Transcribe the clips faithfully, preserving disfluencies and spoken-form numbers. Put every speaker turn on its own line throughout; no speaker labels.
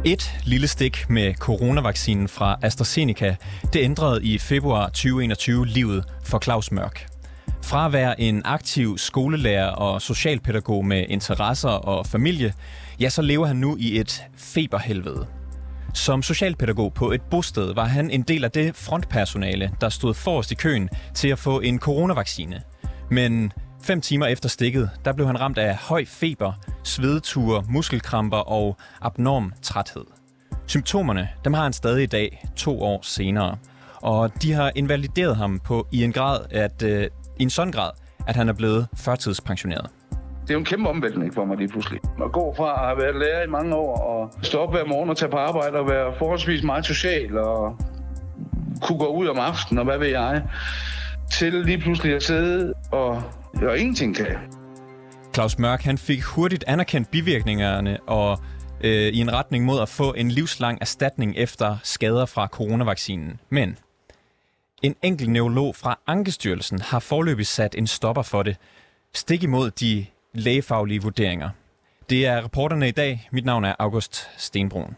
Et lille stik med coronavaccinen fra AstraZeneca, det ændrede i februar tyve enogtyve livet for Claus Mørk. Fra at være en aktiv skolelærer og socialpædagog med interesser og familie, ja, så lever han nu i et feberhelvede. Som socialpædagog på et bosted var han en del af det frontpersonale, der stod forrest i køen til at få en coronavaccine. Men fem timer efter stikket, der blev han ramt af høj feber, svedeture, muskelkramper og abnorm træthed. Symptomerne, dem har han stadig i dag, to år senere. Og de har invalideret ham på i en grad, at øh, i en sådan grad, at han er blevet førtidspensioneret.
Det er jo en kæmpe omvæltning for mig lige pludselig. At gå fra at have været lærer i mange år og stå op hver morgen og tage på arbejde og være forholdsvis meget social og kunne gå ud om aftenen og hvad ved jeg, til lige pludselig at sidde og, og ingenting kan.
Claus Mørk, han fik hurtigt anerkendt bivirkningerne og øh, i en retning mod at få en livslang erstatning efter skader fra coronavaccinen. Men en enkelt neurolog fra Ankestyrelsen har foreløbig sat en stopper for det, stik imod de lægefaglige vurderinger. Det er reporterne i dag. Mit navn er August Stenbrun.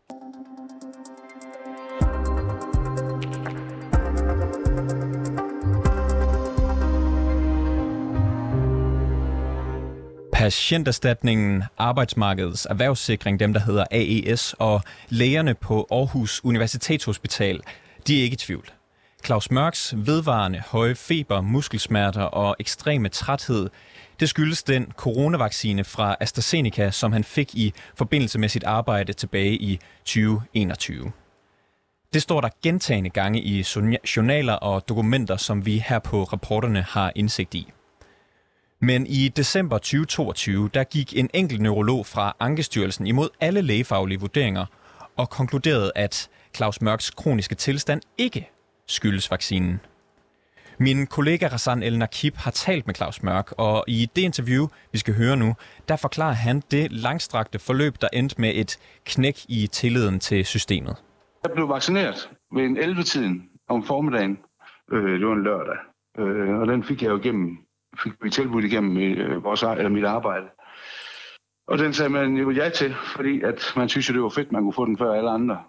Patienterstatningen, Arbejdsmarkedets Erhvervssikring, dem der hedder A E S, og lægerne på Aarhus Universitetshospital, de er ikke i tvivl. Claus Mørks vedvarende høje feber, muskelsmerter og ekstreme træthed, det skyldes den coronavaccine fra AstraZeneca, som han fik i forbindelse med sit arbejde tilbage i tyve enogtyve. Det står der gentagne gange i journaler og dokumenter, som vi her på reporterne har indsigt i. Men i december tyve toogtyve, der gik en enkelt neurolog fra Ankestyrelsen imod alle lægefaglige vurderinger og konkluderede, at Claus Mørks kroniske tilstand ikke skyldes vaccinen. Min kollega Razan El Nakib har talt med Claus Mørk, og i det interview, vi skal høre nu, der forklarer han det langstrakte forløb, der endte med et knæk i tilliden til systemet.
Jeg blev vaccineret ved en elleve-tiden om formiddagen. Øh, det var en lørdag, øh, og den fik jeg jo igennem, fik vi tilbudt igennem øh, vores, eller mit arbejde. Og den sagde man jo ja til, fordi at man synes jo, det var fedt, man kunne få den før alle andre.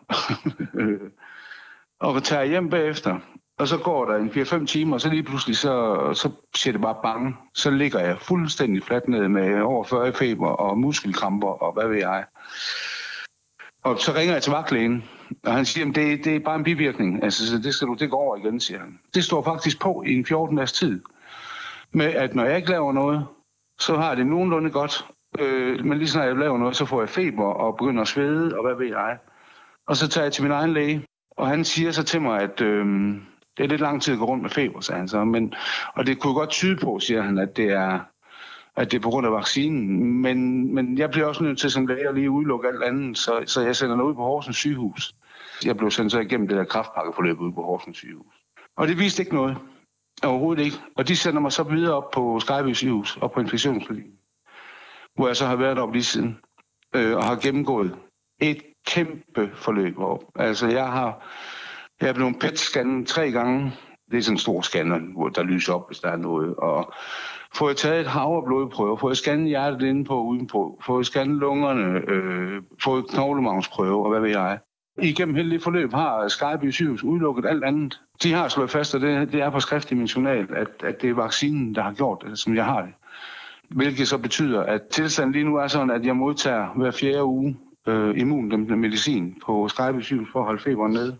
Og tager hjem bagefter, og så går der en fire fem timer, og så lige pludselig, så, så siger det bare bang. Så ligger jeg fuldstændig fladt ned med over fyrre feber og muskelkramper og hvad ved jeg. Og så ringer jeg til vagtlægen, og han siger, at det, det er bare en bivirkning. Altså, det skal du, det går over igen, siger han. Det står faktisk på i en fjorten dages tid. Med at når jeg ikke laver noget, så har det nogenlunde godt. Øh, men lige snart jeg laver noget, så får jeg feber og begynder at svede, og hvad ved jeg. Og så tager jeg til min egen læge. Og han siger så til mig, at øh, det er lidt lang tid at gå rundt med feber, sagde han så. Men, og det kunne godt tyde på, siger han, at det er, at det er på grund af vaccinen. Men, men jeg bliver også nødt til som læge at lige udelukke alt andet, så, så jeg sender noget ud på Horsens sygehus. Jeg blev sendt så igennem det der kræftpakkeforløb ude på Horsens sygehus. Og det viste ikke noget. Overhovedet ikke. Og de sender mig så videre op på Skejby sygehus, op på infektionsklinikken, hvor jeg så har været op lige siden, øh, og har gennemgået et kæmpe forløb op. Altså, jeg har jeg er blevet P E T-scannet tre gange. Det er sådan en stor scanner, hvor der lyser op, hvis der er noget. Og får jeg taget et hav af blodprøver, får jeg scannet hjertet indenpå og udenpå, får jeg scannet lungerne, øh, får jeg knoglemavnsprøver, og hvad ved jeg. Igennem hele det forløb har Skejby sygehus udelukket alt andet. De har slået fast, og det, det er på skrift i min journal, at, at det er vaccinen, der har gjort det, som jeg har det. Hvilket så betyder, at tilstanden lige nu er sådan, at jeg modtager hver fjerde uge øh, immundæmpende medicin på Skejby sygehus for at holde feberen nede.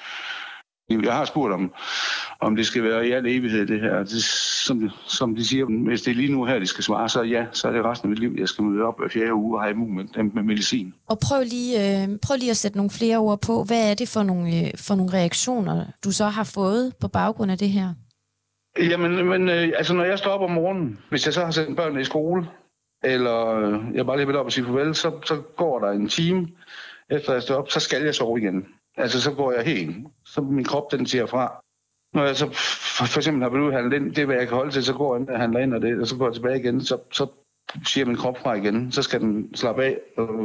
Jeg har spurgt om, om det skal være i al evighed, det her. Det, som, som de siger, hvis det er lige nu her, de skal svare, så ja, så er det resten af mit liv, jeg skal møde op hver fjerde uge og have immundæmpende medicin.
Og prøv lige, øh, prøv lige at sætte nogle flere ord på. Hvad er det for nogle, øh, for nogle reaktioner, du så har fået på baggrund af det her? Jamen,
men, øh, altså når jeg står op om morgenen, hvis jeg så har sendt børnene i skole, eller øh, jeg bare lige vil op og sige farvel, så, så går der en time, efter jeg står op, så skal jeg sove igen. Altså, så går jeg helt. Så min krop, den siger fra. Når jeg så for, for eksempel har blevet handlet ind, det hvad jeg kan holde til, så går jeg og handler ind, og, det, og så går jeg tilbage igen, så, så siger min krop fra igen. Så skal den slappe af.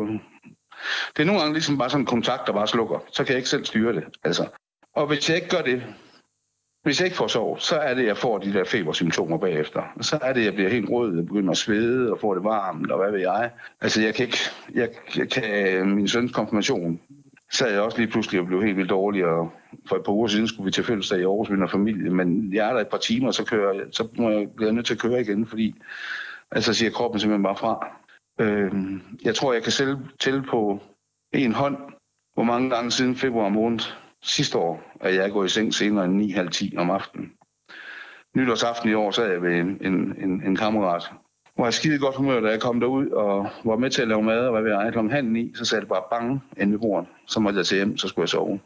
Det er nogle gange ligesom bare sådan en kontakt, der bare slukker. Så kan jeg ikke selv styre det. Altså. Og hvis jeg ikke gør det, Hvis jeg ikke får sovet, så er det, jeg får de der febersymptomer bagefter. Så er det, jeg bliver helt rød, jeg begynder at svede og får det varmt, og hvad ved jeg. Altså, jeg kan ikke... Jeg, jeg kan, min søns konfirmation sad jeg også lige pludselig og blev helt vildt dårlig, og for et par uger siden skulle vi til fødselsdag i Aarhus med en familie, men jeg er der et par timer, så, kører jeg, så må jeg blive nødt til at køre igen, fordi altså siger kroppen simpelthen bare fra. Øh, jeg tror, jeg kan selv tælle på en hånd, hvor mange gange siden februar måned sidste år, at jeg er gået i seng senere end ni halv ti om aftenen. Nytårsaften i år sad jeg ved en, en, en, en kammerat, hvor jeg skide godt humør, da jeg kom derud og var med til at lave mad, og hvad ved jeg, klokken halv ni, så sagde det bare bang inde ved bordet. Så måtte jeg til hjem, så skulle jeg sove.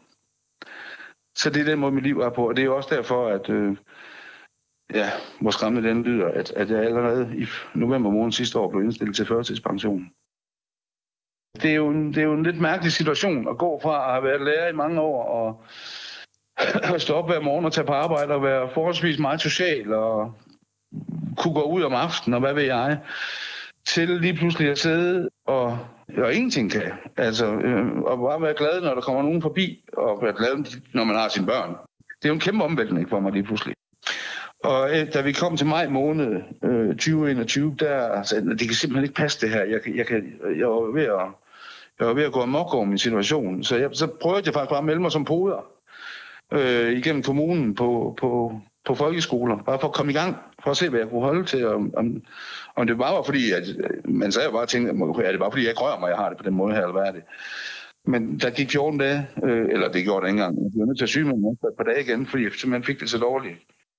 Så det er den måde, mit liv er på, og det er jo også derfor, at øh, ja, hvor skræmmende den lyder, at, at jeg allerede i november måned sidste år blev indstillet til førtidspension. Det er, jo en, det er jo en lidt mærkelig situation at gå fra at have været lærer i mange år og at stå op hver morgen og tage på arbejde og være forholdsvis meget social og kunne gå ud om aftenen og hvad ved jeg, til lige pludselig at sidde og, og ingenting kan. Altså, øh, og bare være glad, når der kommer nogen forbi, og være glad, når man har sine børn. Det er jo en kæmpe omvæltning for mig lige pludselig. Og øh, da vi kom til maj måned øh, tyve enogtyve, der sagde det kan simpelthen ikke passe det her. Jeg, jeg, kan, jeg, var, ved at, jeg var ved at gå amok over min situation, så, jeg, så prøvede jeg faktisk bare at melde mig som poder øh, igennem kommunen på, på, på folkeskoler, bare for at komme i gang, for at se, hvad jeg kunne holde til. Om, om, om det bare var fordi, at man sagde jo bare tænkte, er det bare fordi, jeg ikke rører mig, jeg har det på den måde her, eller hvad er det? Men der gik fjorten dage, øh, eller det gjorde det ikke engang. Jeg blev nødt til at syge mig et par dage igen, fordi jeg simpelthen fik det så dårligt.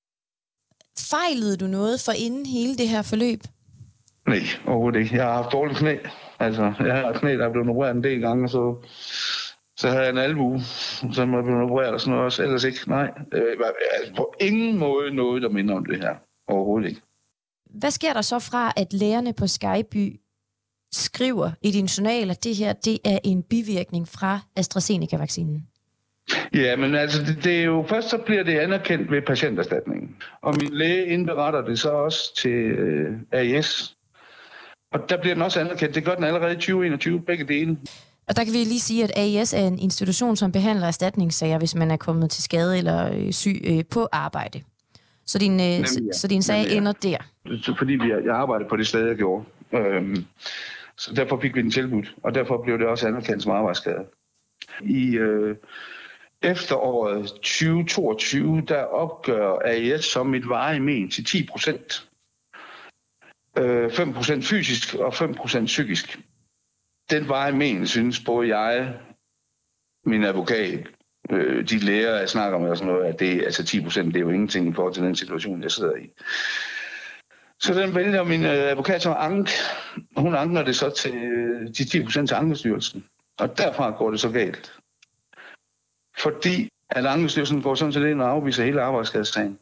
Fejlede du noget for inden hele det her forløb?
Nej, overhovedet ikke. Jeg har haft dårligt knæ. Altså, jeg har knæ, der er blevet opereret en del gange, så, så havde jeg en albue, som er blevet opereret og sådan noget også. Ellers ikke, nej. Altså, på ingen måde noget, der minder om det her. Overhovedet ikke.
Hvad sker der så fra, at lægerne på Skyby skriver i din journal, at det her det er en bivirkning fra AstraZeneca-vaccinen?
Ja, men altså, det, det er jo først så bliver det anerkendt ved patienterstatningen. Og min læge indberetter det så også til øh, A I S. Og der bliver den også anerkendt. Det gør den allerede i tyve enogtyve, begge dele.
Og der kan vi lige sige, at A I S er en institution, som behandler erstatningssager, hvis man er kommet til skade eller syg øh, på arbejde. Så din, øh, Nemlig, ja. så din sag Nemlig, ja. ender der.
Så fordi vi, jeg arbejdede på det sted, jeg gjorde. Øhm, så derfor fik vi den tilbudt, og derfor blev det også anerkendt som arbejdsskade. I øh, efteråret tyve toogtyve, der opgør A I S som et varige men til ti procent. Øh, fem procent fysisk og fem procent psykisk. Den varige men, synes både jeg, min advokat, øh, de læger, jeg snakker med og sådan noget, at det, altså ti procent, det er jo ingenting i forhold til den situation, jeg sidder i. Så den vælger min advokat som ank. Hun anker det så til de ti procent til Ankestyrelsen. Og derfra går det så galt. Fordi at Ankestyrelsen går sådan set ind og afviser hele arbejdsskadesagen.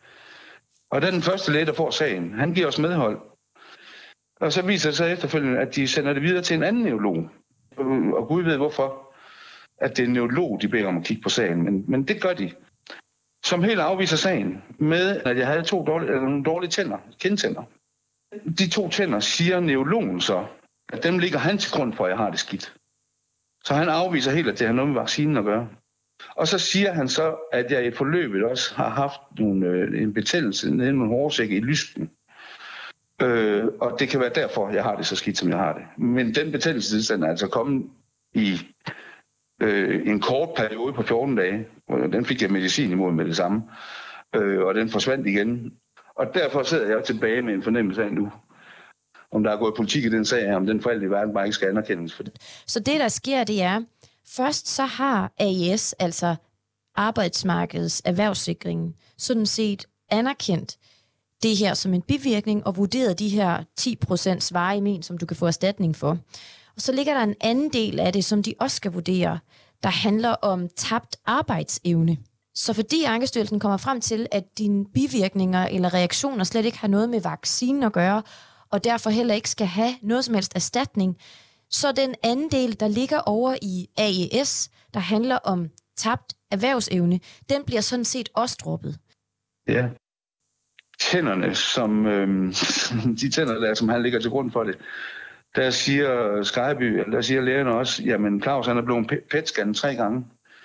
Og den første læge, der får sagen, han giver os medhold. Og så viser det sig efterfølgende, at de sender det videre til en anden neurolog. Og Gud ved hvorfor, at det er en neurolog, de beder om at kigge på sagen. Men, men det gør de. Som helt afviser sagen med, at jeg havde to dårlige, eller nogle dårlige tænder, kindtænder. De to tænder siger neurologen så, at dem ligger han til grund for, at jeg har det skidt. Så han afviser helt, at det har noget med vaccinen at gøre. Og så siger han så, at jeg i forløbet også har haft nogle, øh, en betændelse nede i nogle hårsække i lysken. Øh, og det kan være derfor, jeg har det så skidt, som jeg har det. Men den betændelsestilstand er altså kommet i øh, en kort periode på fjorten dage. Den fik jeg medicin imod med det samme. Øh, og den forsvandt igen. Og derfor sidder jeg tilbage med en fornemmelse af nu, om der er gået politik i den sag, om den forældre i verden bare ikke skal anerkendes for det.
Så det, der sker, det er, først så har A I S, altså Arbejdsmarkedets Erhvervssikring, sådan set anerkendt det her som en bivirkning og vurderet de her ti procent varige men, som du kan få erstatning for. Og så ligger der en anden del af det, som de også skal vurdere, der handler om tabt arbejdsevne. Så fordi Ankestyrelsen kommer frem til, at dine bivirkninger eller reaktioner slet ikke har noget med vaccinen at gøre, og derfor heller ikke skal have noget som helst erstatning, så den anden del, der ligger over i A I S, der handler om tabt erhvervsevne, den bliver sådan set også droppet.
Ja. Tænderne, som øh, de tænder der, som han ligger til grund for det, der siger Skyby, der siger lægerne også, jamen Claus han er blevet P E T-scannet tre gange.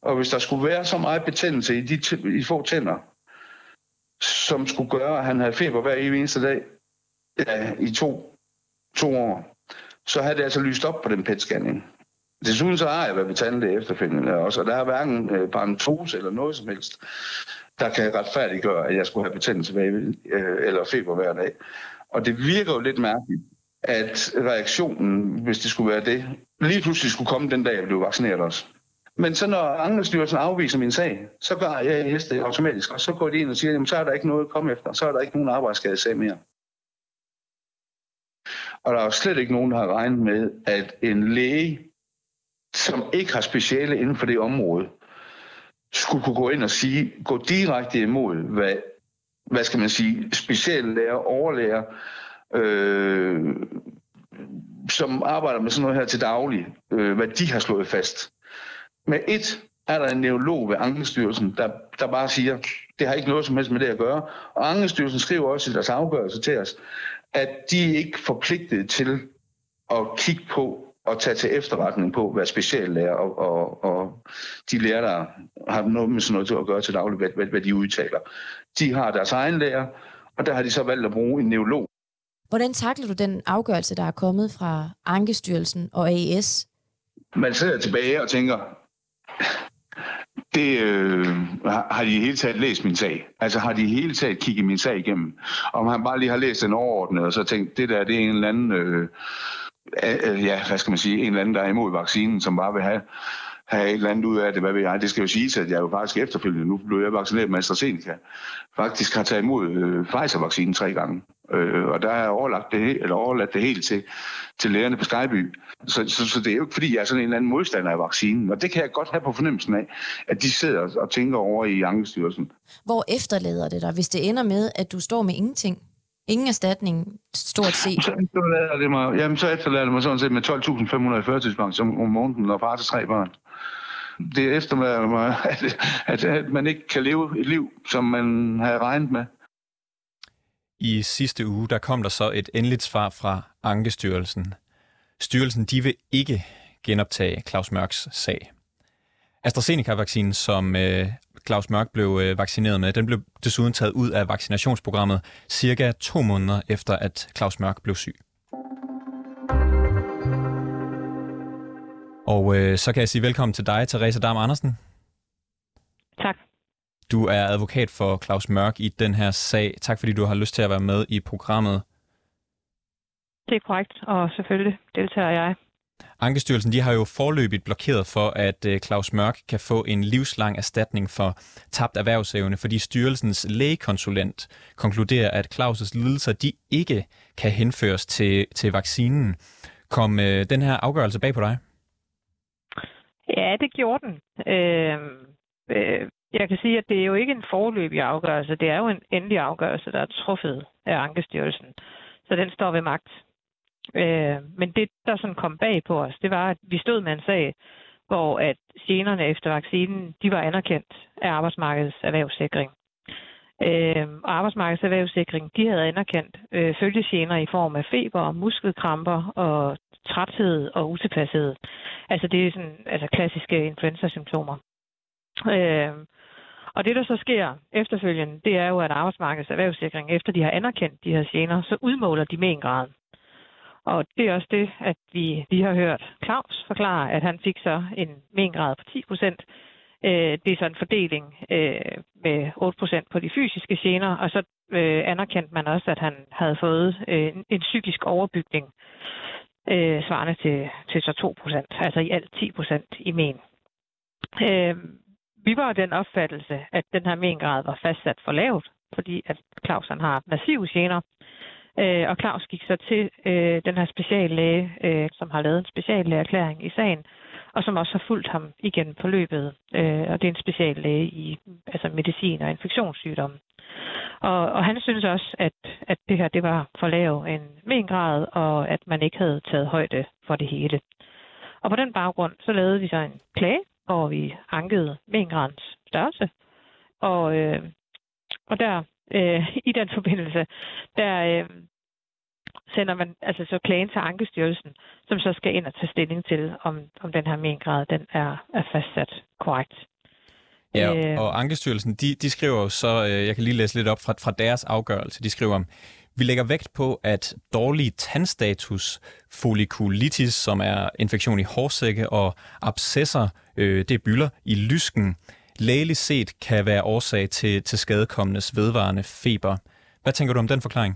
Og hvis der skulle være så meget betændelse i de t- i få tænder, som skulle gøre, at han havde feber hver eneste dag ja, i to, to år, så havde det altså lyst op på den P E T-scanning. Desuden så har jeg været ved tandlæge efterfølgende også, og der er hverken øh, paradentose eller noget som helst, der kan retfærdiggøre, at jeg skulle have betændelse hver, øh, eller feber hver dag. Og det virker jo lidt mærkeligt, at reaktionen, hvis det skulle være det, lige pludselig skulle komme den dag, jeg blev vaccineret også. Men så når Ankestyrelsen afviser min sag, så gør jeg A E S det automatisk, og så går de ind og siger, jamen så er der ikke noget at komme efter, så er der ikke nogen arbejdsskadesag mere. Og der er jo slet ikke nogen, der har regnet med, at en læge, som ikke har speciale inden for det område, skulle kunne gå ind og sige, gå direkte imod, hvad, hvad skal man sige, speciallæger, overlæger, øh, som arbejder med sådan noget her til daglig, øh, hvad de har slået fast. Med et er der en neurolog ved Ankestyrelsen, der, der bare siger, det har ikke noget som helst med det at gøre. Og Ankestyrelsen skriver også i deres afgørelse til os, at de ikke er forpligtet til at kigge på og tage til efterretning på, hvad speciallæger og, og, og de læger, der har noget med sådan noget til at gøre til daglig, hvad, hvad, hvad de udtaler. De har deres egen læger, og der har de så valgt at bruge en neurolog.
Hvordan takler du den afgørelse, der er kommet fra Ankestyrelsen og A E S?
Man sidder tilbage og tænker, det øh, har de i hele taget læst min sag. Altså har de i hele taget kigget min sag igennem. Om han bare lige har læst den overordnet, og så tænkt, det der, det er en eller anden, øh, øh, ja, hvad skal man sige, en eller anden, der er imod vaccinen, som bare vil have, have et eller andet ud af det, hvad ved jeg. Det skal jo siges, at jeg jo faktisk efterfølgende, nu blev jeg vaccineret med AstraZeneca, faktisk har taget imod øh, Pfizer-vaccinen tre gange. Øh, og der har jeg overlagt det, eller overladt det helt til, til lægerne på Skejby. Så, så, så det er jo ikke, fordi jeg er sådan en eller anden modstander af vaccinen. Og det kan jeg godt have på fornemmelsen af, at de sidder og tænker over i Ankestyrelsen.
Hvor efterlader det dig, hvis det ender med, at du står med ingenting? Ingen erstatning, stort set.
Så efterlader det mig, jamen, så efterlader det mig sådan set med tolv tusind fem hundrede i førtidspension om måneden og far til tre børn. Det efterlader mig, at, at, at man ikke kan leve et liv, som man havde regnet med.
I sidste uge, der kom der så et endeligt svar fra Ankestyrelsen. Styrelsen, de vil ikke genoptage Claus Mørks sag. AstraZeneca-vaccinen, som øh, Claus Mørk blev øh, vaccineret med, den blev desuden taget ud af vaccinationsprogrammet cirka to måneder efter, at Claus Mørk blev syg. Og øh, så kan jeg sige velkommen til dig, Theresa Dam Andersen.
Tak.
Du er advokat for Claus Mørk i den her sag. Tak fordi du har lyst til at være med i programmet.
Det er korrekt, og selvfølgelig deltager jeg.
Ankestyrelsen, de har jo forløbigt blokeret for, at Claus Mørk kan få en livslang erstatning for tabt erhvervsevne, fordi styrelsens lægekonsulent konkluderer, at Claus' lidelser, de ikke kan henføres til, til vaccinen. Kom øh, den her afgørelse bag på dig?
Ja, det gjorde den. Øh, øh, jeg kan sige, at det er jo ikke en foreløbig afgørelse. Det er jo en endelig afgørelse, der er truffet af Ankestyrelsen. Så den står ved magt. Øh, men det, der sådan kom bag på os, det var, at vi stod med en sag, hvor at generne efter vaccinen, de var anerkendt af Arbejdsmarkedets Erhvervssikring. Øh, og Arbejdsmarkedets Erhvervssikring, de havde anerkendt øh, følgegener i form af feber, muskelkramper og træthed og utilpashed. Altså det er sådan altså klassiske influenza-symptomer. Øh, og det, der så sker efterfølgende, det er jo, at Arbejdsmarkedets Erhvervssikring, efter de har anerkendt de her gener, så udmåler de mengraden. Og det er også det, at vi lige har hørt Claus forklare, at han fik så en mengrad på ti procent. Det er så en fordeling med otte procent på de fysiske gener, og så anerkendte man også, at han havde fået en psykisk overbygning, svarende til, til så to procent, altså i alt ti procent i men. Vi var den opfattelse, at den her mengrad var fastsat for lavt, fordi at Claus han har massive gener. Øh, og Claus gik så til øh, den her speciallæge, øh, som har lavet en speciallægeerklæring i sagen, og som også har fulgt ham igen på løbet. Øh, og det er en speciallæge i altså medicin og infektionssygdomme. Og, og han synes også, at, at det her det var for lav en mengrad, og at man ikke havde taget højde for det hele. Og på den baggrund, så lavede vi så en klage, hvor vi ankede mengradens størrelse. Og, øh, og der Øh, i den forbindelse, der øh, sender man altså så klagen til Ankestyrelsen, som så skal ind og tage stilling til, om, om den her mengrad den er, er fastsat korrekt.
Ja, og Ankestyrelsen, de, de skriver jo så, øh, jeg kan lige læse lidt op fra, fra deres afgørelse, de skriver om, vi lægger vægt på, at dårlig tandstatus, follikulitis, som er infektion i hårsække, og abscesser, øh, det er bylder i lysken, lægeligt set kan være årsag til, til skadekomnes vedvarende feber. Hvad tænker du om den forklaring?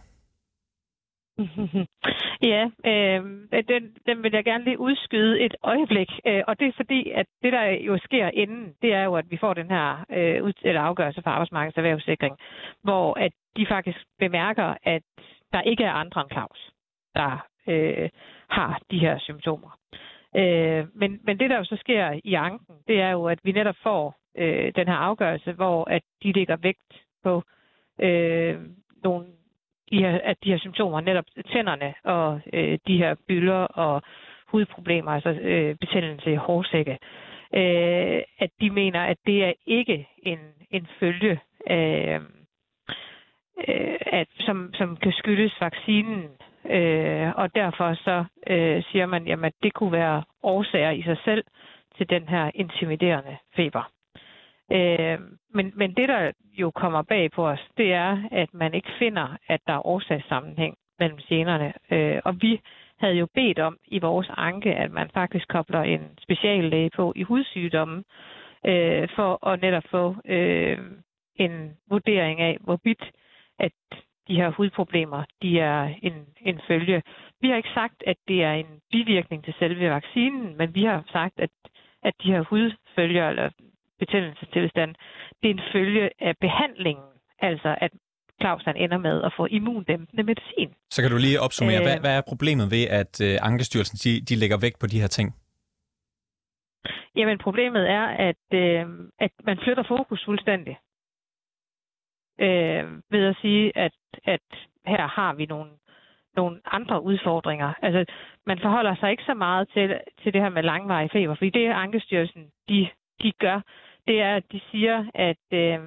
Ja, øh, den, den vil jeg gerne lige udskyde et øjeblik, øh, og det er fordi, at det der jo sker inden, det er jo, at vi får den her øh, ud, eller afgørelse fra Arbejdsmarkedets Erhvervssikring, hvor at de faktisk bemærker, at der ikke er andre end Claus, der øh, har de her symptomer. Øh, men, men det der jo så sker i anken, det er jo, at vi netop får øh, den her afgørelse, hvor at de lægger vægt på øh, nogle De her, at de her symptomer, netop tænderne og øh, de her bylder og hudproblemer, altså øh, betændelse i hårsække, øh, at de mener, at det er ikke en, en følge, øh, øh, at, som, som kan skyldes vaccinen. Øh, og derfor så øh, siger man, jamen, at det kunne være årsager i sig selv til den her intimiderende feber. Øh, men, men det, der jo kommer bag på os, det er, at man ikke finder, at der er årsagssammenhæng mellem generne. Øh, og vi havde jo bedt om i vores anke, at man faktisk kobler en speciallæge på i hudsygdomme, øh, for at netop få øh, en vurdering af, hvorvidt at de her hudproblemer, de er en, en følge. Vi har ikke sagt, at det er en bivirkning til selve vaccinen, men vi har sagt, at, at de her hudfølger, eller betændelsestilstand, det er en følge af behandlingen, altså at Claus han ender med at få immundæmpende medicin.
Så kan du lige opsummere, øh, hvad, hvad er problemet ved, at øh, Ankestyrelsen de, de lægger vægt på de her ting?
Jamen problemet er, at, øh, at man flytter fokus fuldstændig. Øh, ved at sige, at, at her har vi nogle, nogle andre udfordringer. Altså, man forholder sig ikke så meget til, til det her med langvarig feber, fordi det Ankestyrelsen, de de gør, det er, at de siger, at, øh,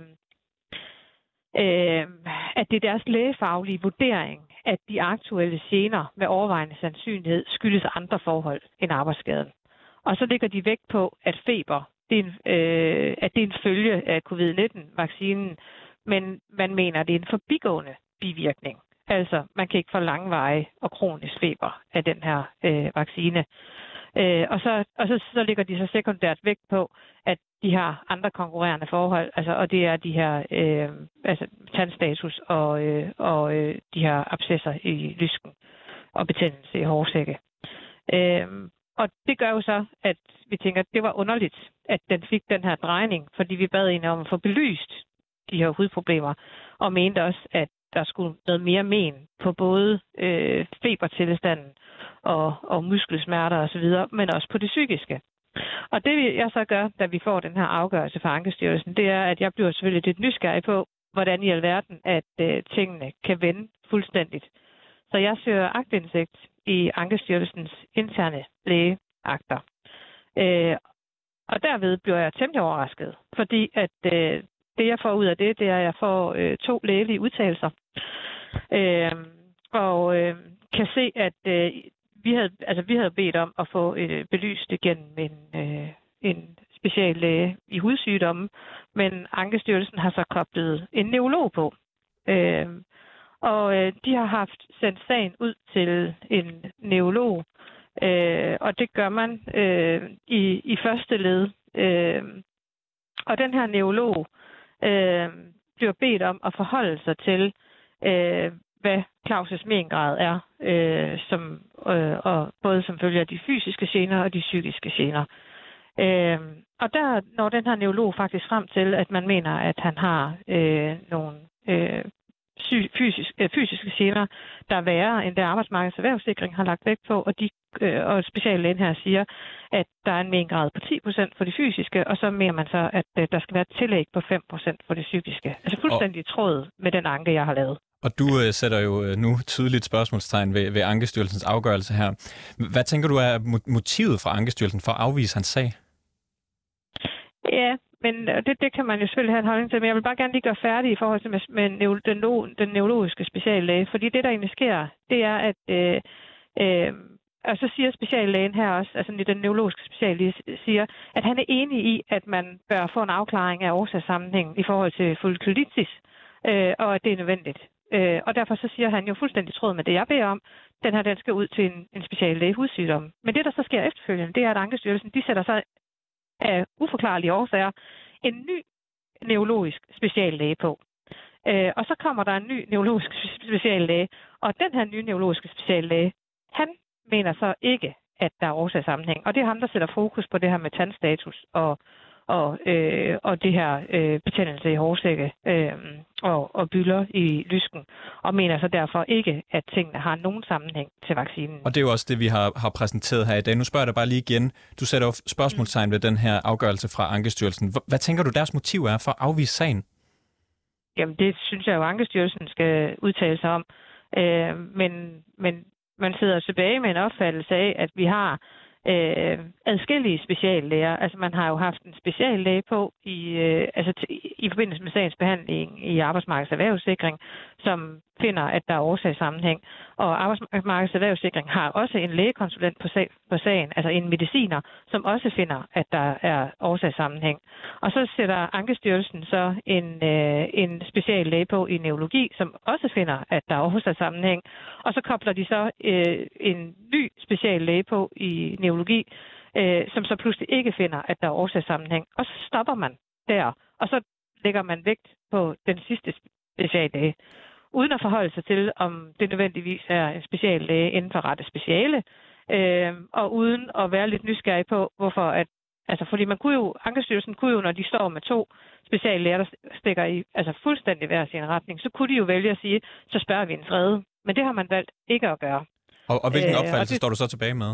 øh, at det er deres lægefaglige vurdering, at de aktuelle gener med overvejende sandsynlighed skyldes andre forhold end arbejdsskaden. Og så lægger de vægt på, at feber, det er en, øh, at det er en følge af covid nitten-vaccinen, men man mener, at det er en forbigående bivirkning. Altså, man kan ikke få langvarig og kronisk feber af den her øh, vaccine. Øh, og så, og så, så ligger de så sekundært vægt på, at de har andre konkurrerende forhold, altså, og det er de her øh, altså, tandstatus og, øh, og øh, de her abscesser i lysken og betændelse i hårsække. Øh, og det gør jo så, at vi tænker, at det var underligt, at den fik den her drejning, fordi vi bad en om at få belyst de her hudproblemer, og mente også, at der skulle noget mere men på både øh, febertilstanden og, og muskelsmerter osv., men også på det psykiske. Og det jeg så gør, da vi får den her afgørelse fra Ankestyrelsen, det er, at jeg bliver selvfølgelig lidt nysgerrig på, hvordan i alverden, at øh, tingene kan vende fuldstændigt. Så jeg søger aktindsigt i Ankestyrelsens interne lægeakter. Øh, og derved bliver jeg temmelig overrasket, fordi at øh, det, jeg får ud af det, det er, at jeg får øh, to lægelige udtalelser. Øh, og øh, kan se, at øh, vi, havde, altså, vi havde bedt om at få øh, belyst det gennem en, øh, en speciallæge i hudsygdomme, men Ankestyrelsen har så koblet en neurolog på. Øh, og øh, de har haft sendt sagen ud til en neurolog, øh, og det gør man øh, i, i første led. Øh, og den her neurolog øh, bliver bedt om at forholde sig til, øh, hvad Claus' mengrad er, øh, som, øh, og både som følge af de fysiske gener og de psykiske gener. Øh, og der når den her neurolog faktisk frem til, at man mener, at han har øh, nogle øh, fysisk, øh, fysiske gener, der er værre end det Arbejdsmarkedets Erhvervssikring har lagt vægt på, og, de, øh, og speciallægen her siger, at der er en mengrad på ti procent for det fysiske, og så mener man så, at øh, der skal være et tillæg på fem procent for det psykiske. Altså fuldstændig i tråd med den anke, jeg har lavet.
Og du øh, sætter jo øh, nu tydeligt spørgsmålstegn ved, ved Ankestyrelsens afgørelse her. Hvad tænker du er motivet for Ankestyrelsen for at afvise hans sag?
Ja, men det, det kan man jo selvfølgelig have en holdning til, men jeg vil bare gerne lige gøre færdig i forhold til med, med den, den neurologiske speciallæge, fordi det, der egentlig sker, det er, at øh, øh, og så siger speciallægen her også, altså den neurologiske speciallæge siger, at han er enig i, at man bør få en afklaring af årsagssammenhængen i forhold til folliculitis, øh, og at det er nødvendigt. Øh, og derfor så siger han jo fuldstændig tråd med det, jeg beder om. Den her, den skal ud til en, en speciallæge hudsygdom. Men det, der så sker efterfølgende, det er, at Ankestyrelsen, de sætter sig af uforklarlige årsager en ny neurologisk speciallæge på. Øh, og så kommer der en ny neurologisk speciallæge, og den her nye neurologiske speciallæge, han mener så ikke, at der er årsagssammenhæng. Og det er ham, der sætter fokus på det her med tandstatus og, og, øh, og det her øh, betændelse i hårsække øh, og, og bylder i lysken, og mener så derfor ikke, at tingene har nogen sammenhæng til vaccinen.
Og det er jo også det, vi har, har præsenteret her i dag. Nu spørger jeg dig bare lige igen. Du sætter jo spørgsmålstegn ved den her afgørelse fra Ankestyrelsen. Hvad tænker du, deres motiv er for at afvise sagen?
Jamen, det synes jeg jo, Ankestyrelsen skal udtale sig om. Øh, men, men man sidder tilbage med en opfattelse af, at vi har øh, adskillige speciallæger. Altså, man har jo haft en speciallæge på i, øh, altså, t- i forbindelse med sagens behandling i Arbejdsmarkedets Erhvervssikring, som finder, at der er årsagssammenhæng. Og Arbejdsmarkedets Erhvervssikring har også en lægekonsulent på, sag, på sagen, altså en mediciner, som også finder, at der er årsagssammenhæng. Og så sætter Ankestyrelsen så en, øh, en speciallæge på i neurologi, som også finder, at der er årsagssammenhæng. Og så kobler de så øh, en ny speciallæge på i neurologi, øh, som så pludselig ikke finder, at der er årsagssammenhæng. Og så stopper man der, og så lægger man vægt på den sidste speciallæge, uden at forholde sig til, om det nødvendigvis er en speciallæge inden for rette speciale, øh, og uden at være lidt nysgerrig på, hvorfor at, altså fordi man kunne jo, Ankestyrelsen kunne jo, når de står med to speciallæger, der stikker i altså fuldstændig hver sin retning, så kunne de jo vælge at sige, så spørger vi en tredje. Men det har man valgt ikke at gøre.
Og, og hvilken opfattelse øh,
det,
står du så tilbage med?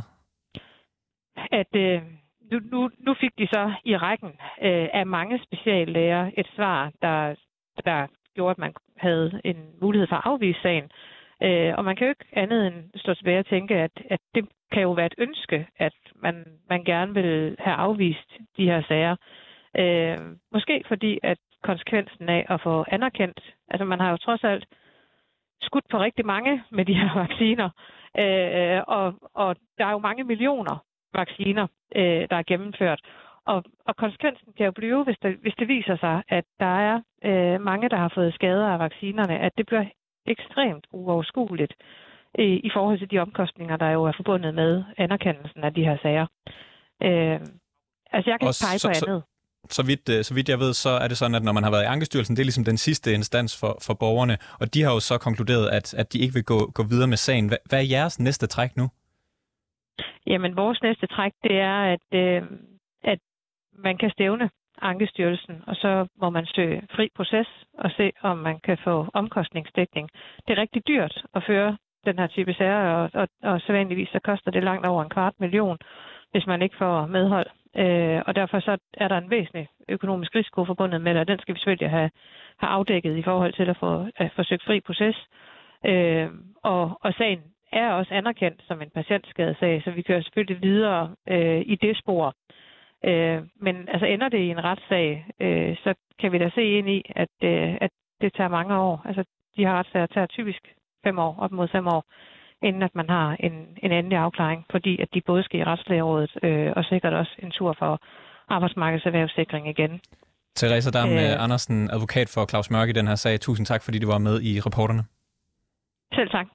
At øh, nu, nu, nu fik de så i rækken øh, af mange speciallæger et svar, der, der gjorde, at man havde en mulighed for at afvise sagen. Øh, og man kan jo ikke andet end stå tilbage og tænke, at, at det kan jo være et ønske, at man, man gerne vil have afvist de her sager. Øh, måske fordi, at konsekvensen af at få anerkendt, altså man har jo trods alt skudt på rigtig mange med de her vacciner, øh, og, og der er jo mange millioner vacciner, øh, der er gennemført. Og, og konsekvensen kan jo blive, hvis det, hvis det viser sig, at der er øh, mange, der har fået skader af vaccinerne, at det bliver ekstremt uoverskueligt i, i forhold til de omkostninger, der jo er forbundet med anerkendelsen af de her sager. Øh, altså, jeg kan ikke pege på andet.
Så, så, vidt, så vidt jeg ved, så er det sådan, at når man har været i Ankestyrelsen, det er ligesom den sidste instans for, for borgerne, og de har jo så konkluderet, at, at de ikke vil gå, gå videre med sagen. Hvad, hvad er jeres næste træk nu?
Jamen, vores næste træk, det er, at, øh, at man kan stævne Ankestyrelsen, og så må man søge fri proces og se, om man kan få omkostningsdækning. Det er rigtig dyrt at føre den her type sager, og, og, og sædvanligvis så koster det langt over en kvart million, hvis man ikke får medhold. Øh, og derfor så er der en væsentlig økonomisk risiko forbundet med det, og den skal vi selvfølgelig have, have afdækket i forhold til at få at forsøge fri proces. Øh, og, og sagen er også anerkendt som en patientskadesag, så vi kører selvfølgelig videre øh, i det spor. Øh, men altså ender det i en retssag, øh, så kan vi da se ind i, at, øh, at det tager mange år. Altså de her retssager tager typisk fem år, op mod fem år, inden at man har en, en endelig afklaring, fordi at de både skal i Retslægerådet øh, og sikkert også en tur for Arbejdsmarkedets Erhvervssikring igen.
Theresa Dam øh, Andersen, advokat for Claus Mørk i den her sag. Tusind tak, fordi du var med i Reporterne.
Selv tak.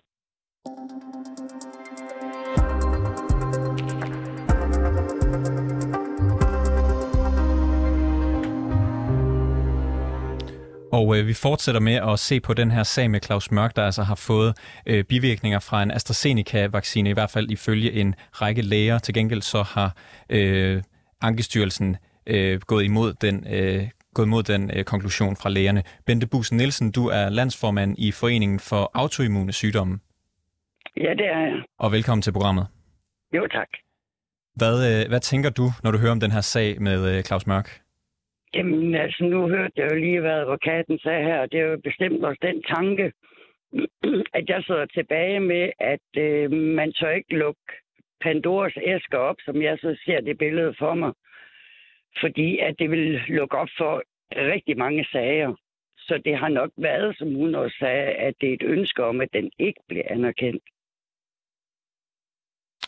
Og øh, vi fortsætter med at se på den her sag med Claus Mørk, der altså har fået øh, bivirkninger fra en AstraZeneca-vaccine, i hvert fald ifølge en række læger. Til gengæld så har øh, Ankestyrelsen øh, gået imod den, øh, gået imod den øh, konklusion fra lægerne. Bente Bussen Nielsen, du er landsformand i Foreningen for Autoimmune Sygdomme.
Ja, det er jeg.
Og velkommen til programmet.
Jo, tak.
Hvad, øh, hvad tænker du, når du hører om den her sag med øh, Claus Mørk?
Jamen, altså, nu hørte jeg jo lige, hvad advokaten sagde her, og det er jo bestemt også den tanke, at jeg sidder tilbage med, at øh, man tør ikke lukke Pandoras æsker op, som jeg så ser det billede for mig, fordi at det vil lukke op for rigtig mange sager. Så det har nok været, som hun også sagde, at det er et ønske om, at den ikke bliver anerkendt.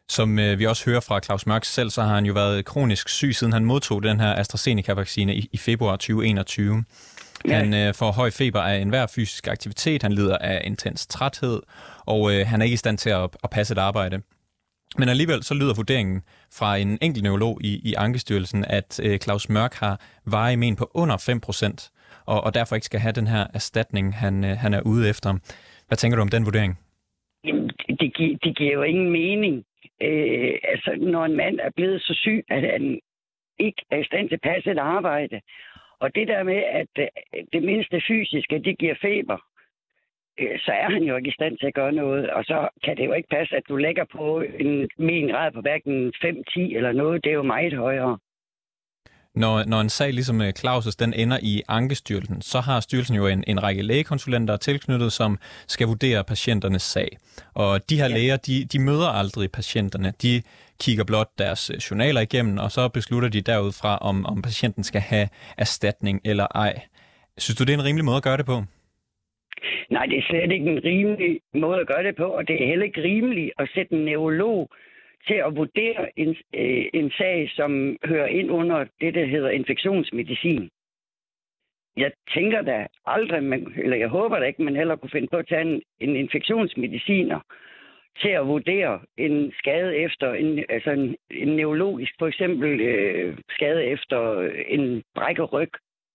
Som øh, vi også hører fra Claus Mørk selv, så har han jo været kronisk syg, siden han modtog den her AstraZeneca-vaccine i, i februar tyve enogtyve. Ja. Han øh, får høj feber af enhver fysisk aktivitet, han lider af intens træthed, og øh, han er ikke i stand til at, at passe et arbejde. Men alligevel så lyder vurderingen fra en enkelt neurolog i, i Ankestyrelsen, at øh, Claus Mørk har varig men på under fem procent, og, og derfor ikke skal have den her erstatning, han, øh, han er ude efter. Hvad tænker du om den vurdering?
Jamen, det, gi- det giver jo ingen mening. Øh, altså, når en mand er blevet så syg, at han ikke er i stand til at passe et arbejde, og det der med, at øh, det mindste fysiske, det giver feber, øh, så er han jo ikke i stand til at gøre noget. Og så kan det jo ikke passe, at du lægger på en min grad på hverken fem ti eller noget. Det er jo meget højere.
Når, når en sag ligesom Claus' den ender i Ankestyrelsen, så har styrelsen jo en, en række lægekonsulenter tilknyttet, som skal vurdere patienternes sag. Og de her ja. læger, de, de møder aldrig patienterne. De kigger blot deres journaler igennem, og så beslutter de derudfra, om, om patienten skal have erstatning eller ej. Synes du, det er en rimelig måde at gøre det på?
Nej, det er slet ikke en rimelig måde at gøre det på, og det er heller ikke rimeligt at sætte en neurolog til at vurdere en, øh, en sag, som hører ind under det, der hedder infektionsmedicin. Jeg tænker da aldrig, man, eller jeg håber da ikke, man heller kunne finde på at tage en, en infektionsmediciner til at vurdere en skade efter, en, altså en, en neurologisk, for eksempel øh, skade efter en brækket ryg.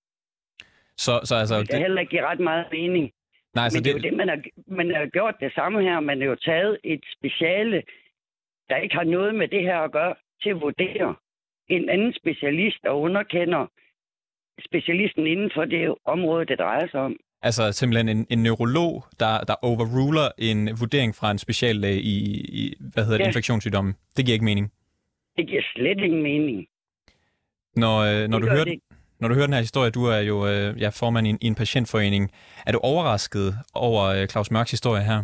Så, så altså,
det kan heller ikke give ret meget mening.
Nej, altså
Men det er det... jo det, man har, man har gjort det samme her. Man har jo taget et speciale, der ikke har noget med det her at gøre, til at vurdere en anden specialist og underkender specialisten inden for det område, det drejer sig om.
Altså simpelthen en, en neurolog, der, der overruler en vurdering fra en speciallæge i, i hvad hedder det,
ja.
infektionssygdomme. Det giver ikke mening.
Det giver slet ingen mening.
Når, når, du hører,
det.
når du hører den her historie, du er jo ja, formand i en, i en patientforening. Er du overrasket over Claus Mørks historie her?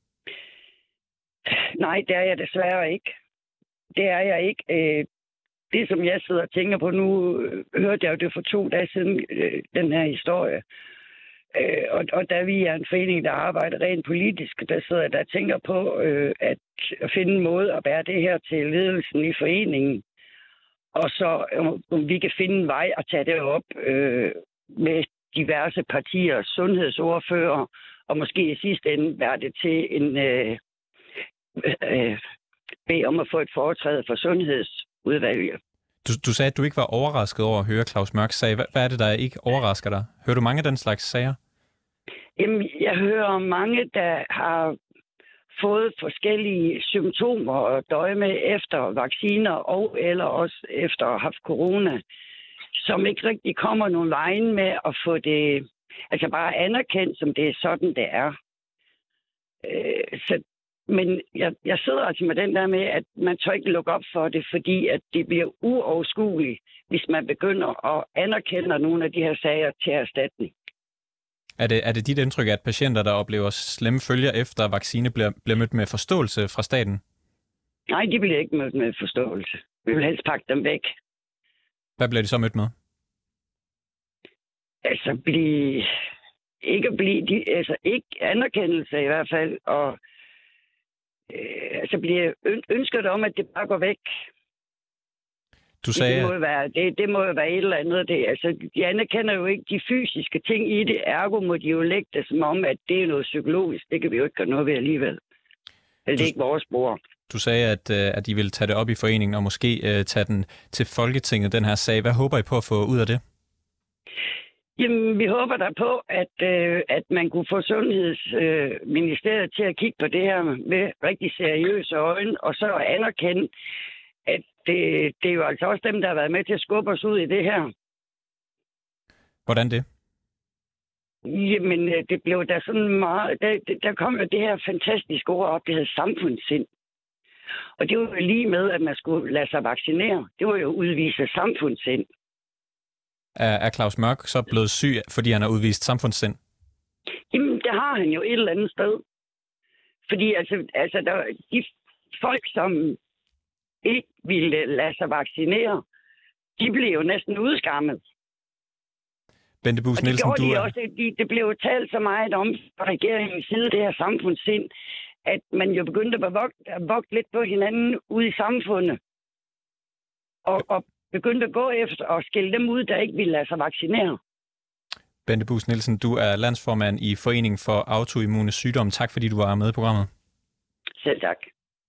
Nej, det er jeg desværre ikke. Det er jeg ikke. Det, som jeg sidder og tænker på nu, hørte jeg jo det for to dage siden, den her historie. Og, og da vi er en forening, der arbejder rent politisk, der sidder jeg der og tænker på at finde en måde at bære det her til ledelsen i foreningen. Og så om vi kan finde en vej at tage det op med diverse partier, sundhedsordfører, og måske i sidste ende være det til en... Øh, bede om at få et foretræde for sundhedsudvalget.
Du, du sagde, at du ikke var overrasket over at høre Claus Mørks sag. Hvad, hvad er det, der ikke overrasker dig? Hører du mange af den slags sager?
Jamen, jeg hører mange, der har fået forskellige symptomer og døje med efter vacciner og eller også efter at have haft corona, som ikke rigtig kommer nogen vejen med at få det, altså bare anerkendt, som det er sådan, det er. Øh, så Men jeg, jeg sidder altså med den der med, at man tør ikke lukke op for det, fordi at det bliver uoverskueligt, hvis man begynder at anerkende nogle af de her sager til erstatning.
Er det, er det dit indtryk, at patienter, der oplever slemme følger efter vaccine, bliver, bliver mødt med forståelse fra staten?
Nej, de bliver ikke mødt med forståelse. Vi vil helst pakke dem væk.
Hvad bliver de så mødt med?
Altså, blive, ikke at blive, de, altså ikke anerkendelse i hvert fald, og Øh, altså bliver ønsket om, at det bare går væk.
Du sagde...
Det må jo være, det, det må jo være et eller andet. Det, altså, de anerkender jo ikke de fysiske ting i det. Ergo må de jo lægge det som om, at det er noget psykologisk. Det kan vi jo ikke gøre noget ved alligevel. Det er ikke vores spor.
Du sagde, at, at I ville tage det op i foreningen, og måske uh, tage den til Folketinget, den her sag. Hvad håber I på at få ud af det?
Jamen, vi håber der på, at, øh, at man kunne få Sundhedsministeriet øh, til at kigge på det her med rigtig seriøse øjne, og så anerkende, at det, det er jo altså også dem, der har været med til at skubbe os ud i det her.
Hvordan det?
Jamen, det blev da sådan meget... Der, der kom jo det her fantastiske ord op, det hedder samfundssind. Og det var jo lige med, at man skulle lade sig vaccinere. Det var jo udvise samfundssind.
Er, er Claus Mørk så blevet syg, fordi han har udvist samfundssind?
Jamen, det har han jo et eller andet sted. Fordi altså, altså der, de folk, som ikke ville lade sig vaccinere, de blev jo næsten udskammet.
Bente Buus Nielsen,
du
de
er... Også, de, det blev jo talt så meget om fra regeringens side, det her samfundssind, at man jo begyndte at bevogte, at vogte lidt på hinanden ude i samfundet. Og, og begyndte at gå efter og skille dem ud, der ikke ville lade sig vaccinere.
Bente Buus Nielsen, du er landsformand i Foreningen for Autoimmune Sygdomme. Tak fordi du var med i programmet.
Selv tak.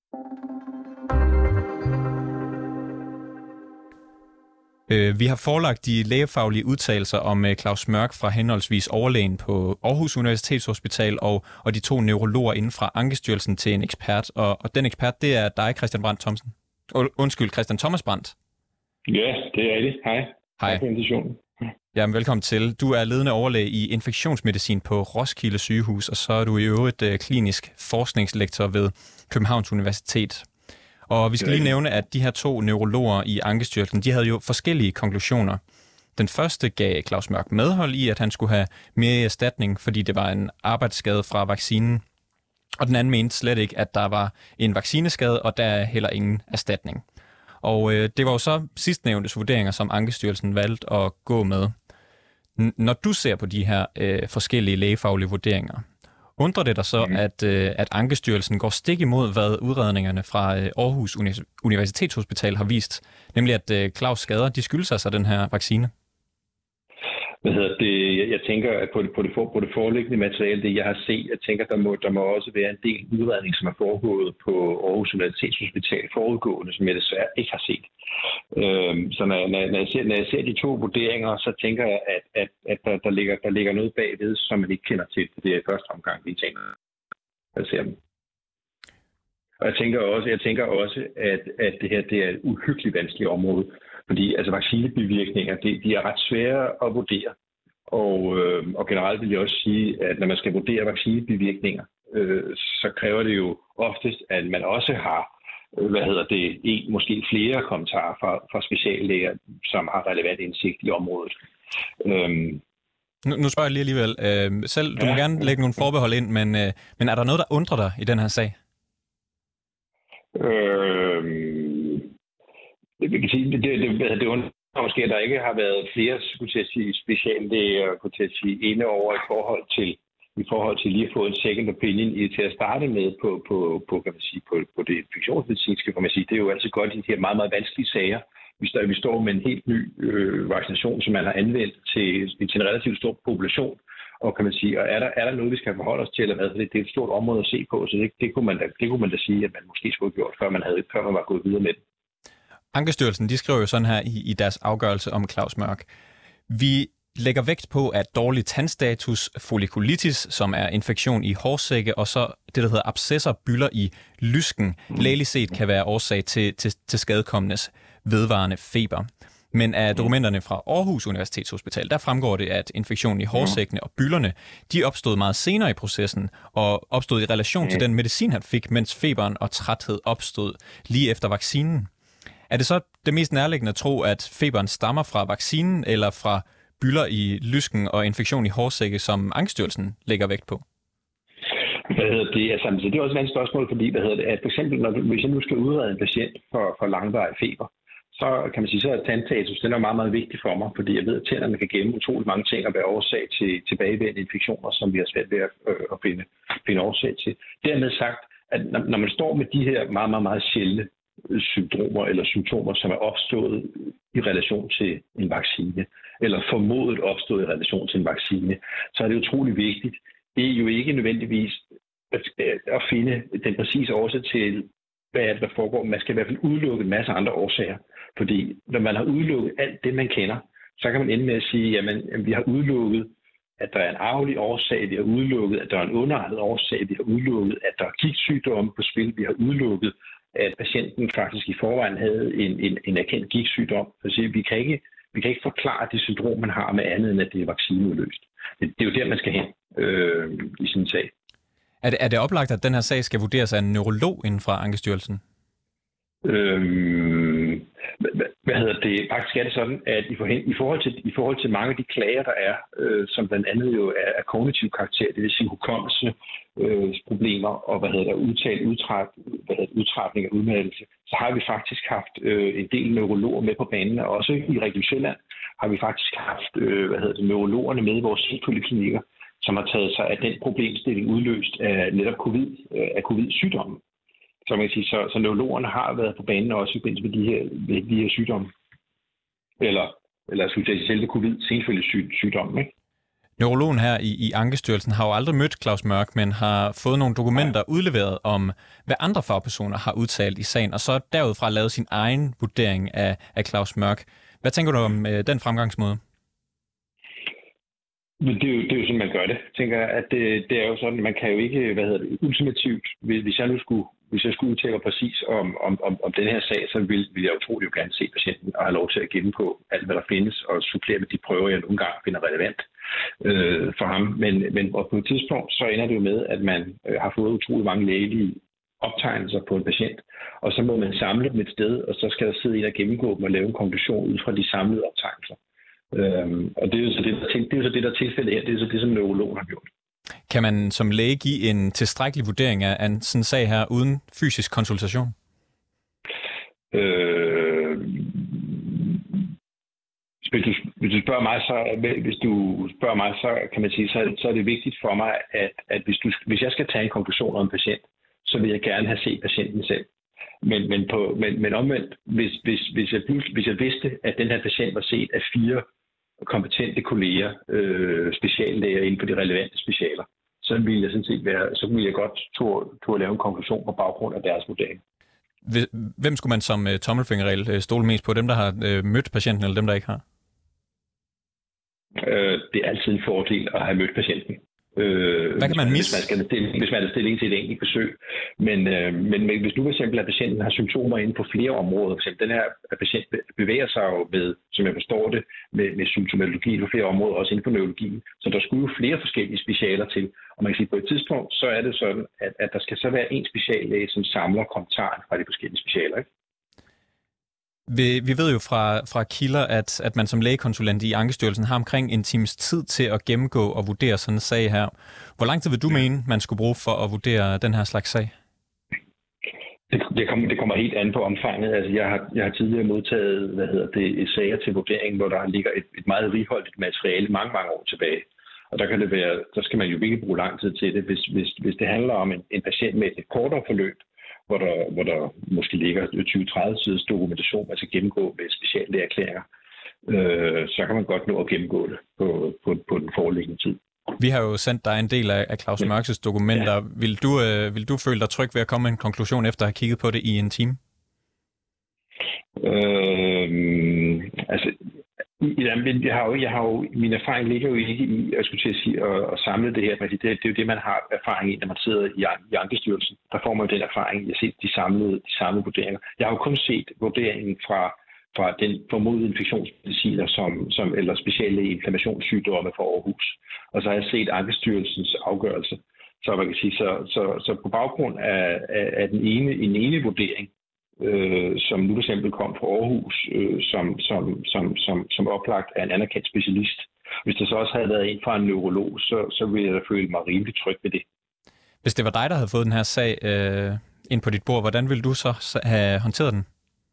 Vi har forelagt de lægefaglige udtalelser om Claus Mørk fra henholdsvis overlægen på Aarhus Universitetshospital og, og de to neurologer inden fra Ankestyrelsen til en ekspert. Og, og den ekspert, det er dig, Christian Brandt Thomsen. Undskyld, Christian Thomas Brandt.
Ja, det er rigtigt. Hej.
Hej. Jamen, velkommen til. Du er ledende overlæge i infektionsmedicin på Roskilde Sygehus, og så er du i øvrigt uh, klinisk forskningslektor ved Københavns Universitet. Og vi skal lige nævne, at de her to neurologer i Ankestyrelsen, de havde jo forskellige konklusioner. Den første gav Claus Mørk medhold i, at han skulle have mere erstatning, fordi det var en arbejdsskade fra vaccinen. Og den anden mente slet ikke, at der var en vaccineskade, og der er heller ingen erstatning. Og øh, det var jo så sidstnævntes vurderinger, som Ankestyrelsen valgte at gå med. N- når du ser på de her øh, forskellige lægefaglige vurderinger, undrer det dig så, mm. at, øh, at Ankestyrelsen går stik imod, hvad udredningerne fra øh, Aarhus Uni- Universitetshospital har vist, nemlig at øh, Claus' skader, de skyldes altså den her vaccine?
Hvad hedder det? Jeg, jeg tænker, at på det, på, det for, på det foreliggende materiale, det jeg har set, jeg tænker, der må, der må også være en del udredning, som er foregået på Aarhus Universitetshospital forudgående, som jeg desværre ikke har set. Øhm, så når, når, når, jeg ser, når jeg ser de to vurderinger, så tænker jeg, at, at, at der, der, ligger, der ligger noget bagved, som man ikke kender til. Det er i første omgang, vi tænker, jeg ser dem. Og jeg tænker også, jeg tænker også at, at det her det er et uhyggeligt vanskeligt område. Fordi altså, vaccinebivirkninger, de, de er ret svære at vurdere. Og, øh, og generelt vil jeg også sige, at når man skal vurdere vaccinebivirkninger, øh, så kræver det jo oftest, at man også har, øh, hvad hedder det, en, måske flere kommentarer fra, fra speciallæger, som har relevant indsigt i området. Øhm,
nu, nu spørger jeg lige alligevel. Øh, selv, du ja. må gerne lægge nogle forbehold ind, men, øh, men er der noget, der undrer dig i den her sag?
Øh, Det kan sige, det, det, det, det undrer måske, at der ikke har været flere speciallæger kunne til at sige inde over i forhold til i forhold til lige at få en second opinion i til at starte med på på på kan man sige på, på det infektionsmedicinske, kan man sige. Det er jo altid godt i de her meget meget vanskelige sager. Vi står, vi står med en helt ny øh, vaccination, som man har anvendt til, til en relativt stor population. Og kan man sige, og er der, er der noget, vi skal forholde os til, eller hvad? Det, det er et stort område at se på, så det, det, kunne man da, det kunne man da sige, at man måske skulle have gjort, før man, havde, før man var gået videre med det.
Ankestyrelsen, de skriver jo sådan her i, i deres afgørelse om Claus Mørk. Vi lægger vægt på, at dårlig tandstatus, folikulitis, som er infektion i hårsække, og så det, der hedder abscesser, bylder i lysken, lægeligt set kan være årsag til, til, til skadekomnes vedvarende feber. Men af dokumenterne fra Aarhus Universitetshospital, der fremgår det, at infektionen i hårsækkene og byllerne, de opstod meget senere i processen, og opstod i relation til den medicin, han fik, mens feberen og træthed opstod lige efter vaccinen. Er det så det mest nærliggende at tro, at feberen stammer fra vaccinen eller fra byller i lysken og infektion i hårsække, som Ankestyrelsen lægger vægt på?
Hvad hedder det? Altså, det er også et andet spørgsmål, fordi hvad hedder det, at for eksempel, når du, hvis jeg nu skal udrede en patient for, for langvarig feber, så kan man sige, så er tandstatus, den er meget, meget vigtig for mig, fordi jeg ved, at tænderne kan gemme utroligt mange ting og være årsag til tilbagevendende infektioner, som vi har svært ved at, øh, at finde, finde årsag til. Dermed sagt, at når, når man står med de her meget, meget, meget sjældne symptomer eller symptomer, som er opstået i relation til en vaccine, eller formodet opstået i relation til en vaccine, så er det utrolig vigtigt. Det er jo ikke nødvendigvis at, at finde den præcise årsag til, hvad er det, der foregår. Man skal i hvert fald udelukke en masse andre årsager. Fordi når man har udelukket alt det, man kender, så kan man ende med at sige, jamen, at vi har udelukket, at der er en arvelig årsag, vi har udelukket, at der er en underartet årsag, vi har udelukket, at der er gigtsygdomme på spil, vi har udelukket, at patienten faktisk i forvejen havde en, en, en erkendt gigtsygdom. Så vi kan ikke, vi kan ikke forklare det syndrom, man har med andet, end at det er vaccineudløst. Det, det er jo der, man skal hen øh, i sådan en sag.
Er det, er det oplagt, at den her sag skal vurderes af en neurolog inden fra Ankestyrelsen?
Øhm, hvad, hvad hedder det? Faktisk er det sådan, at i, forhen, i, forhold, til, i forhold til mange af de klager, der er, øh, som blandt andet jo er, er kognitiv karakter, det vil sige hukommelse, øh, problemer og hvad hedder der, udtalt udtræk, hvad hedder det, udtrækning og udmattelse, så har vi faktisk haft øh, en del neurologer med på banen, og også i Region Sjælland har vi faktisk haft øh, hvad hedder det, neurologerne med i vores selvfølgeklinikker som har taget sig af den problemstilling udløst af netop covid, af covid-sygdommen. Så man kan sige, så, så neurologerne har været på banen også i forbindelse med de her, med de her sygdomme. Eller, eller skulle jeg sige, selve covid-senfølgesygdommen, ikke?
Neurologen her i, i Ankestyrelsen har jo aldrig mødt Claus Mørk, men har fået nogle dokumenter udleveret om, hvad andre fagpersoner har udtalt i sagen, og så derudfra lavet sin egen vurdering af, af Claus Mørk. Hvad tænker du om øh, den fremgangsmåde?
Det er, jo, det er jo sådan, man gør det. Jeg tænker, at det, det er jo sådan, man kan jo ikke, hvad hedder det, ultimativt, hvis jeg nu skulle, hvis jeg skulle udtale præcis om, om, om, om den her sag, så vil, vil jeg utroligt jo gerne se patienten og have lov til at gennemgå alt, hvad der findes, og supplere med de prøver, jeg nogle gange finder relevant øh, for ham. Men, men på et tidspunkt, så ender det jo med, at man øh, har fået utrolig mange lægelige optegnelser på en patient, og så må man samle dem et sted, og så skal der sidde en og gennemgå dem og lave en konklusion ud fra de samlede optegnelser. Øhm, og det er jo så det, der, det er jo så det, der er tilfældet her. Det er så det, som neurologen har gjort.
Kan man som læge give en tilstrækkelig vurdering af en sådan sag her uden fysisk konsultation?
Øh, hvis, du, hvis du spørger mig, så hvis du spørger mig, så kan man sige, så, så er det vigtigt for mig, at, at hvis, du, hvis jeg skal tage en konklusion om en patient, så vil jeg gerne have set patienten selv. Men, men, på, men, men omvendt, hvis, hvis, hvis, jeg, hvis jeg vidste, at den her patient var set af fire kompetente kolleger, øh, speciallæger inden for de relevante specialer, så ville jeg sådan set være, så ville jeg godt turde lave en konklusion på baggrund af deres vurdering.
Hvem skulle man som uh, tommelfingerregel stole mest på? Dem, der har uh, mødt patienten, eller dem, der ikke har?
Øh, det er altid en fordel at have mødt patienten. Øh,
Hvad kan man misse?
Hvis man, stille, hvis man er stilling til et enkelt besøg. Men, øh, men, men hvis nu for eksempel, at patienten har symptomer inden på flere områder, for eksempel den her patient bevæger sig jo med, som jeg forstår det, med, med symptomatologi på flere områder, også inden for neurologien. Så der skulle jo flere forskellige specialer til. Og man kan sige, på et tidspunkt, så er det sådan, at, at der skal så være en speciallæge, som samler kommentarer fra de forskellige specialer, ikke?
Vi, vi ved jo fra, fra kilder, at, at man som lægekonsulent i Ankestyrelsen har omkring en times tid til at gennemgå og vurdere sådan en sag her. Hvor lang tid vil du mene, man skulle bruge for at vurdere den her slags sag?
Det, det, kommer, det kommer helt an på omfanget. Altså, jeg, har, jeg har tidligere modtaget hvad hedder det, sager til vurdering, hvor der ligger et, et meget righoldigt materiale mange, mange år tilbage. Og der kan det være, der skal man jo virkelig bruge lang tid til det. Hvis, hvis, hvis det handler om en, en patient med et kortere forløb, hvor der, hvor der måske ligger tyve til tredive siders dokumentation, man skal gennemgå med speciallægeerklæringer, øh, så kan man godt nå at gennemgå det på, på, på den foreliggende tid.
Vi har jo sendt dig en del af, af Claus Mørks dokumenter. Ja. Vil, du, øh, vil du føle dig tryg ved at komme med en konklusion efter at have kigget på det i en time?
Øh, altså, jeg har jo, jeg har jo, min erfaring ligger jo ikke i, jeg skulle til at sige, at, at samle det her. Det, det er jo det, man har erfaring i, når man sidder i, i Ankestyrelsen. Der får man jo den erfaring, jeg har set de samlede, de samlede vurderinger. Jeg har jo kun set vurderingen fra, fra den formodede infektionsmediciner, som, som, eller specielle inflammationssygdomme for Aarhus. Og så har jeg set Ankestyrelsens afgørelse. Så man kan sige, så, så, så på baggrund af, af, af den ene, en ene vurdering, Øh, som nu for eksempel kom fra Aarhus, øh, som, som, som, som, som oplagt af en anerkendt specialist. Hvis det så også havde været en fra en neurolog, så, så ville jeg da føle mig rimelig tryg ved det.
Hvis det var dig, der havde fået den her sag øh, ind på dit bord, hvordan ville du så have håndteret den?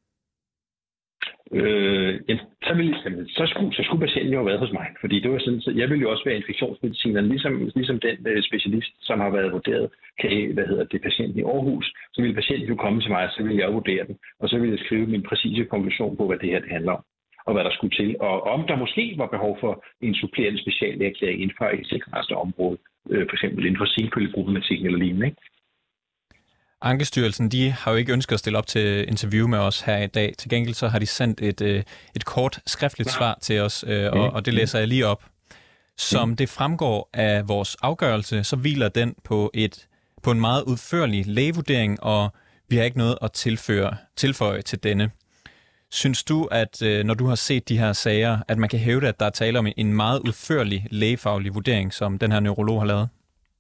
Øh, så, ville, så, skulle, så skulle patienten jo have været hos mig, fordi det var sådan, så jeg ville jo også være infektionsmedicineren, ligesom, ligesom den øh, specialist, som har været vurderet, kan, hvad hedder det, patienten i Aarhus, så ville patienten jo komme til mig, så ville jeg vurdere den, og så ville jeg skrive min præcise konklusion på, hvad det her det handler om, og hvad der skulle til, og om der måske var behov for en supplerende speciallægeerklæring inden for et sikkerhedste område, øh, for eksempel inden for senfølgeproblematikken eller lignende, ikke?
Ankestyrelsen, de har jo ikke ønsket at stille op til interview med os her i dag. Til gengæld så har de sendt et, et kort skriftligt svar til os, og, og det læser jeg lige op. Som det fremgår af vores afgørelse, så hviler den på, et, på en meget udførlig lægevurdering, og vi har ikke noget at tilføre, tilføje til denne. Synes du, at når du har set de her sager, at man kan hævde, at der er tale om en meget udførlig lægefaglig vurdering, som den her neurolog har lavet?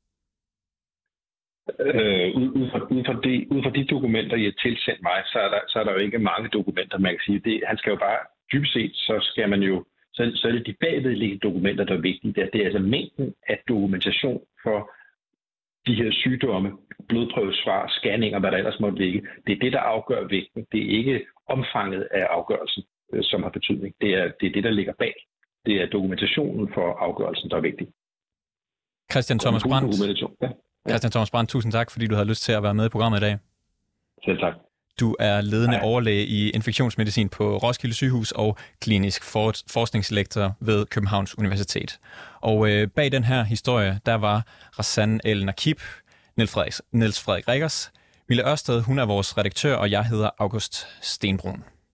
Øh, ud, fra, ud, fra de, ud fra de dokumenter, I har tilsendt mig, så er, der, så er der jo ikke mange dokumenter, man kan sige. Det, han skal jo bare, dybest set, så skal man jo, så, så er det de bagvedliggende dokumenter, der er vigtige. Det er, det er altså mængden af dokumentation for de her sygdomme, blodprøvesvar, scanninger, hvad der ellers måtte ligge. Det er det, der afgør vægten. Det er ikke omfanget af afgørelsen, som har betydning. Det er, det er det, der ligger bag. Det er dokumentationen for afgørelsen, der er vigtig.
Christian Thomas Brandt.
Ja. Ja.
Christian Thomas Brandt, tusind tak, fordi du havde lyst til at være med i programmet i dag.
Selv tak.
Du er ledende Hej. overlæge i infektionsmedicin på Roskilde Sygehus og klinisk for- forskningslektor ved Københavns Universitet. Og øh, bag den her historie, der var Razan El Nakib, Niels Frederik, Niels Frederik Rikkers, Mille Ørsted, hun er vores redaktør, og jeg hedder August Stenbrun.